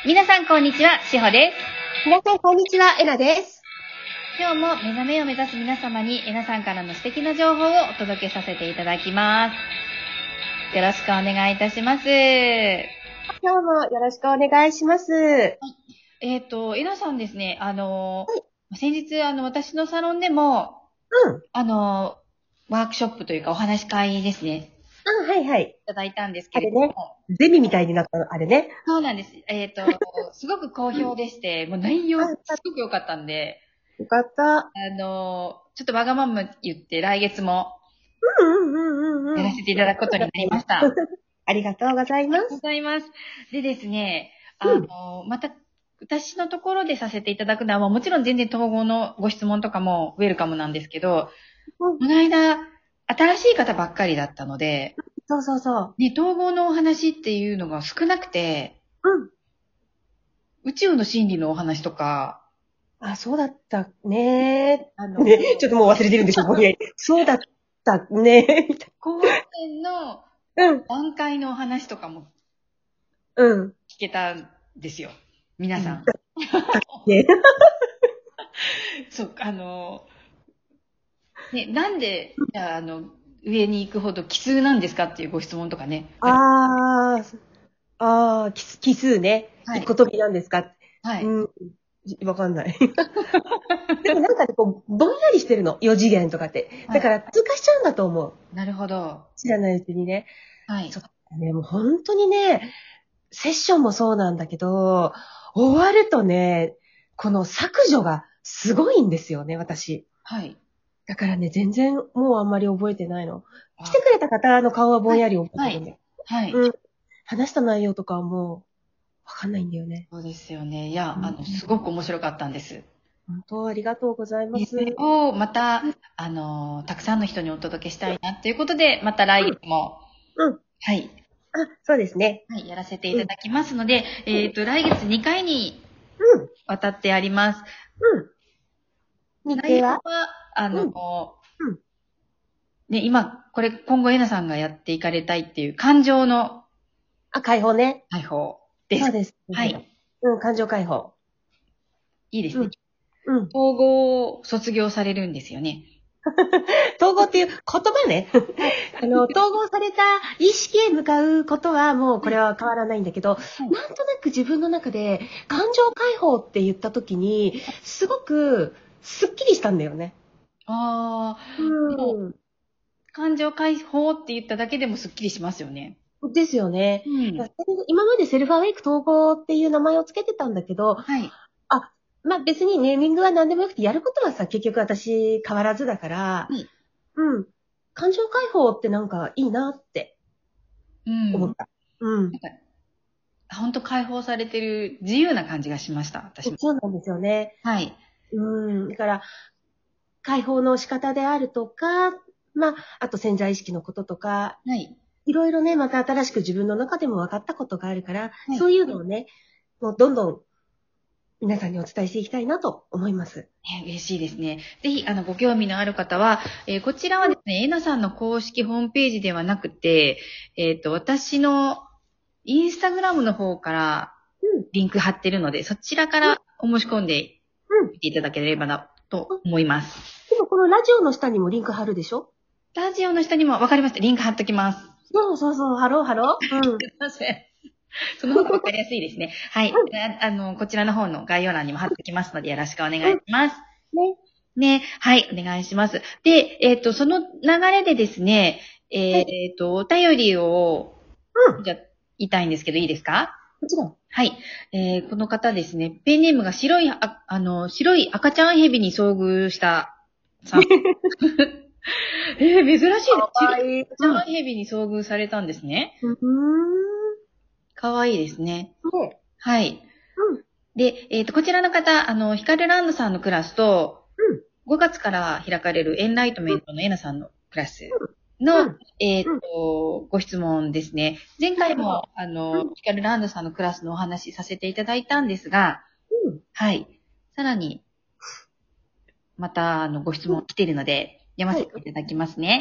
皆さんこんにちは、しほです。 皆さんこんにちは、えなです。 今日も目覚めを目指す皆様にえなさんからの素敵な情報をお届けさせていただきます。よろしくお願いいたします。 今日もよろしくお願いします。 えなさんですね、先日私のサロンでも、 うん。 ワークショップというかお話し会ですね、 はいはい。 いただいたんですけれあれね。 ども。 ゼミみたいになったの、あれね。 そうなんです。すごく好評でして、もう内容すごく良かったんで、 よかった。 ちょっとわがまま言って来月もやらせていただくことになりました。 ありがとうございます。 ありがとうございます。でですね、また、私のところでさせていただくのは、もちろん全然統合のご質問とかもウェルカムなんですけど、この間、新しい方ばっかりだったので、 そうそうそう。 ね、統合のお話っていうのが少なくて、宇宙の真理のお話とか、 あ、そうだったね。 ね、 ちょっともう忘れてるんでしょ、ぼんやり。そうだったね。 後天の段階のお話とかも聞けたんですよ。皆さん。 ね、 そう、ね、なんで、上に行くほど奇数なんですかっていうご質問とかね。 奇数ね。 はい。 小飛びなんですか？ はい。 わかんない。でもなんかね、こう、ぼんやりしてるの。4次元とかって。だから、通過しちゃうんだと思う。 なるほど。 知らないうちにね。 はい。 そうね、もう本当にね、セッションもそうなんだけど、終わるとね、この削除がすごいんですよね、私。 はい。 だからね、全然もうあんまり覚えてないの。来てくれた方の顔はぼんやり覚えてるんだよ。 はい。 うん。話した内容とかはもう、わかんないんだよね。 そうですよね。いや、すごく面白かったんです。 本当ありがとうございまそす。 れをまた、たくさんの人にお届けしたいなということで、また来月も、はい。 そうですね。 はい、やらせていただきますので、来月2回にわたってあります。 日程はね、今後エナさんがやっていかれたいっていう感情の解放ね。 解放です。 そうです。 はい。 感情解放。 いいですね。統合を卒業されるんですよね。 統合っていう言葉ね。統合された意識へ向かうことはもうこれは変わらないんだけど、なんとなく自分の中で感情解放って言った時に、すごくスッキリしたんだよね。 感情解放って言っただけでもスッキリしますよね。 ですよね。今までセルフアウェイク統合っていう名前をつけてたんだけど、まあ別にネーミングは何でもよくて、やることはさ、結局私変わらずだから、感情解放ってなんかいいなって思った。 本当解放されてる自由な感じがしました、私も。 そうなんですよね。 はい。 だから、解放の仕方であるとか、まあ、あと潜在意識のこととか、いろいろね、また新しく自分の中でも分かったことがあるから、そういうのをね、もうどんどん皆さんにお伝えしていきたいなと思います。 嬉しいですね。ぜひ、ご興味のある方は、こちらはですね、えなさんの公式ホームページではなくて、私のインスタグラムの方からリンク貼ってるので、そちらからお申し込んで見ていただければなと思います。 でもこのラジオの下にもリンク貼るでしょ？ ラジオの下にもわかりました。リンク貼っときます。 そう、貼ろう。 すいません。その方がわかりやすいですね。はい。こちらの方の概要欄にも貼っておきますので、よろしくお願いします。ね。はい、お願いします。で、その流れでですね、お便りを、じゃ言いたいんですけど、いいですか？ もちろん。 はい。この方ですね、ペンネームが白い赤ちゃんヘビに遭遇したさん。珍しいです。白い赤ちゃんヘビに遭遇されたんですね。かわいいですね。はい。で、こちらの方、ヒカルランドさんのクラスと、5月から開かれるエンライトメントのエナさんのクラスの、ご質問ですね。前回も、ヒカルランドさんのクラスのお話しさせていただいたんですが、はい。さらに、また、ご質問来ているので、読ませていただきますね。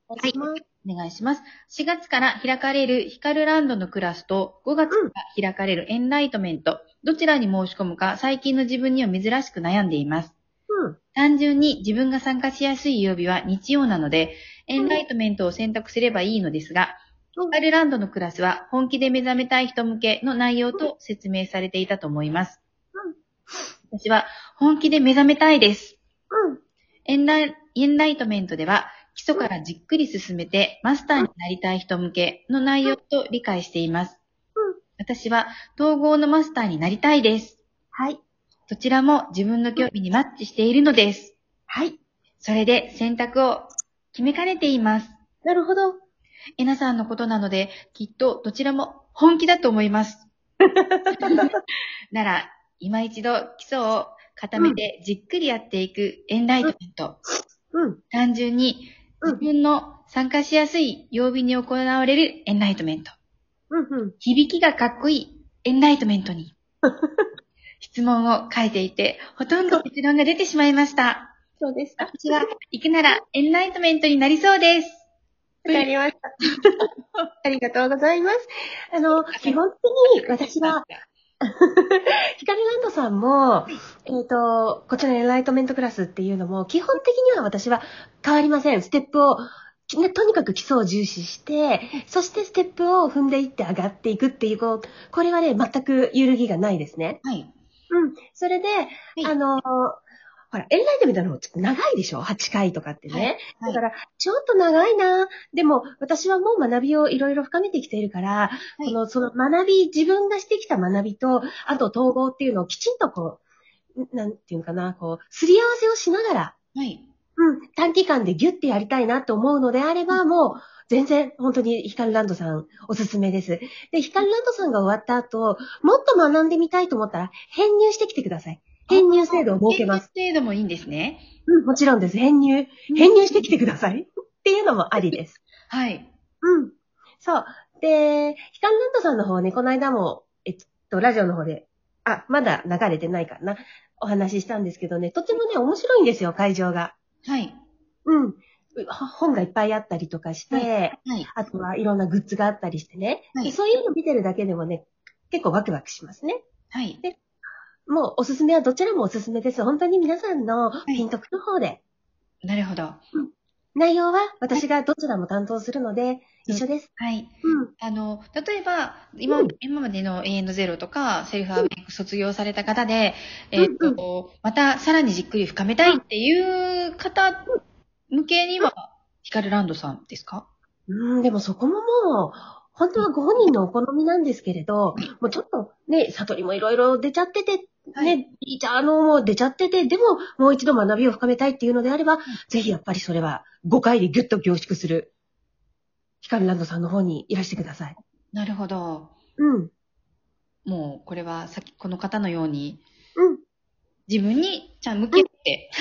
はい。お願いします。4月から開かれるヒカルランドのクラスと5月から開かれるエンライトメント、どちらに申し込むか最近の自分には珍しく悩んでいます。単純に自分が参加しやすい曜日は日曜なので、エンライトメントを選択すればいいのですが、ヒカルランドのクラスは本気で目覚めたい人向けの内容と説明されていたと思います。私は本気で目覚めたいです。エンライトメントでは基礎からじっくり進めてマスターになりたい人向けの内容と理解しています。私は統合のマスターになりたいです。 はい。 どちらも自分の興味にマッチしているのです。 はい。 それで選択を決めかねています。 なるほど。 えなさんのことなので、きっとどちらも本気だと思います。なら、今一度基礎を固めてじっくりやっていくエンライトメント。単純に自分の参加しやすい曜日に行われるエンライトメント。響きがかっこいいエンライトメントに。質問を書いていて、ほとんど結論が出てしまいました。 そうですか。 私は行くならエンライトメントになりそうです。 わかりました。ありがとうございます。基本的に私は、ヒカルランドさんも、こちらのエンライトメントクラスっていうのも、基本的には私は変わりません。ステップを、とにかく基礎を重視して、そしてステップを踏んでいって上がっていくっていう、これはね、全く揺るぎがないですね。 はい。 それで、ほら、エンライトメントの方ちょっと長いでしょ ?8 回とかってね。だから、ちょっと長いな。でも、私はもう学びをいろいろ深めてきているから、その学び、自分がしてきた学びと、あと統合っていうのをきちんとなんていうのかな、すり合わせをしながら、短期間でギュッてやりたいなと思うのであれば、もう、全然、本当にヒカルランドさんおすすめです。で、ヒカルランドさんが終わった後、もっと学んでみたいと思ったら、編入してきてください。編入制度を設けます。 編入制度もいいんですね。 もちろんです。編入してきてください。っていうのもありです。 はい。 そう。で、ヒカルランドさんの方ね、この間も、ラジオの方で、まだ流れてないかな。お話ししたんですけどね、とてもね、面白いんですよ、会場が。 はい。 本がいっぱいあったりとかして、あとはいろんなグッズがあったりしてね、そういうの見てるだけでもね、結構ワクワクしますね。 はい。 で、もうおすすめはどちらもおすすめです。本当に皆さんのピンとくる方で。 なるほど。 内容は私がどちらも担当するので、一緒です。 はい。例えば、今までの永遠のゼロとか、セルフアウェイク卒業された方で、またさらにじっくり深めたいっていう方向けには、ヒカルランドさんですか？ でもそこももう、本当はご本人のお好みなんですけれど、もうちょっとね、悟りもいろいろ出ちゃってて、ね、もう出ちゃってて、でももう一度学びを深めたいっていうのであれば、ぜひやっぱりそれは5回でギュッと凝縮する、ヒカルランドさんの方にいらしてください。 なるほど。もう、これはこの方のように、自分にちゃん向けて、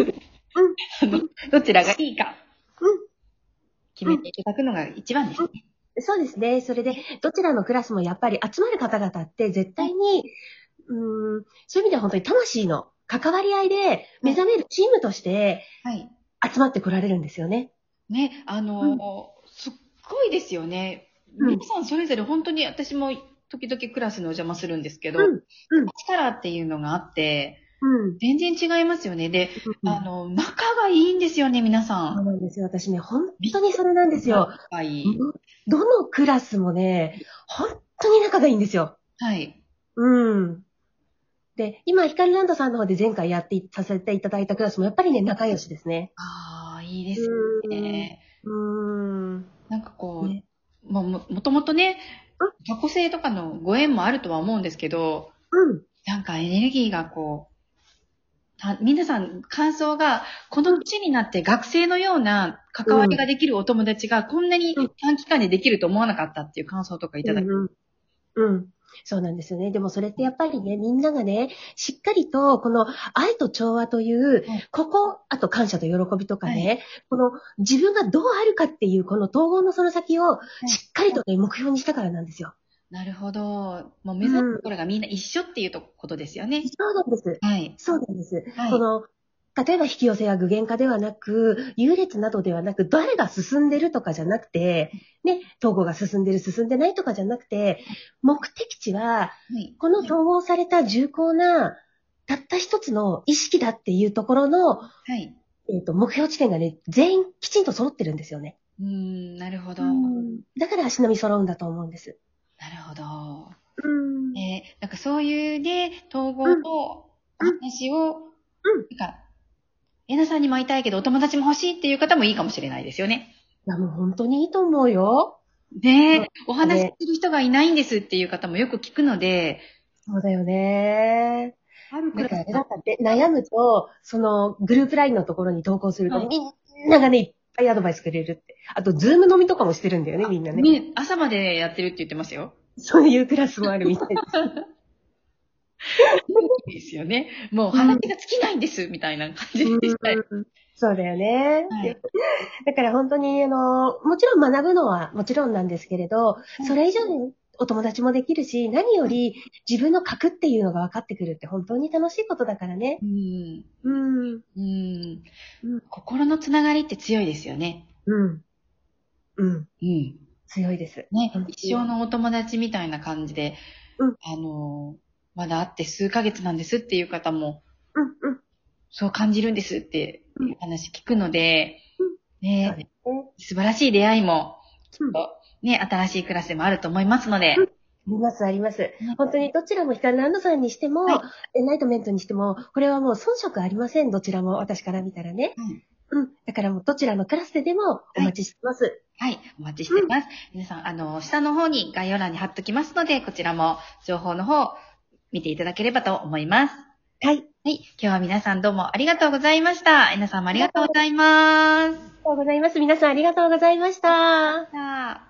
どちらがいいか、決めていただくのが一番ですね。 そうですね。それで、どちらのクラスもやっぱり集まる方々って絶対に、そういう意味では本当に魂の関わり合いで目覚めるチームとして集まってこられるんですよね。 ね、すっごいですよね。皆さんそれぞれ本当に私も時々クラスのお邪魔するんですけど、力っていうのがあって、全然違いますよね。で、仲がいいんですよね、皆さん。 そうなんですよ。私ね、本当にそれなんですよ。 仲いい。 どのクラスもね、本当に仲がいいんですよ。 はい。 で、今、ヒカルランドさんの方で前回させていただいたクラスもやっぱりね、仲良しですね。 いいですね。なんかもともとね、過去性とかのご縁もあるとは思うんですけど、なんかエネルギーが皆さん感想が、この年になって学生のような関わりができるお友達がこんなに短期間でできると思わなかったっていう感想とかいただく。 そうなんですよね。でもそれってやっぱりね、みんながね、しっかりと、この愛と調和という、あと感謝と喜びとかね、この自分がどうあるかっていう、この統合のその先をしっかりとね、目標にしたからなんですよ。 なるほど。もう目指すところがみんな一緒っていうことですよね。 そうなんです。 はい。 そうなんです。この、 例えば引き寄せや具現化ではなく、優劣などではなく、誰が進んでるとかじゃなくて、ね、統合が進んでる、進んでないとかじゃなくて、目的地は、この統合された重厚な、たった一つの意識だっていうところの、目標地点がね、全員きちんと揃ってるんですよね。 なるほど。 だから足並み揃うんだと思うんです。 なるほど。なんかそういうね、統合の話を、なんか、えなさんにも会いたいけどお友達も欲しいっていう方もいいかもしれないですよね。 いや、もう本当にいいと思うよ。 ねえ、お話しする人がいないんですっていう方もよく聞くので。 そうだよね。なんかあれだったって、悩むと、そのグループラインのところに投稿すると、みんながね、いっぱいアドバイスくれるって。あと、ズーム飲みとかもしてるんだよね、みんなね。 ね、朝までやってるって言ってますよ。 そういうクラスもあるみたいです。 いいですよね。もう話が尽きないんです、みたいな感じでした。 そうだよね。だから本当に、もちろん学ぶのはもちろんなんですけれど、それ以上にお友達もできるし、何より自分の核っていうのが分かってくるって本当に楽しいことだからね。 心のつながりって強いですよね。 強いです。 ね、一生のお友達みたいな感じで、まだ会って数ヶ月なんですっていう方も、そう感じるんですっていう話聞くので、ね、素晴らしい出会いも、きっとね、新しいクラスでもあると思いますので。 あります。本当にどちらもヒカルランドさんにしても、ナイトメントにしても、これはもう遜色ありません。どちらも私から見たらね。だからもうどちらのクラスでもお待ちしてます。 はい、お待ちしてます。皆さん、下の方に概要欄に貼っときますので、こちらも情報の方、見ていただければと思います。 はい。 今日は皆さんどうもありがとうございました。えなさんもありがとうございます。 ありがとうございます。皆さんありがとうございました。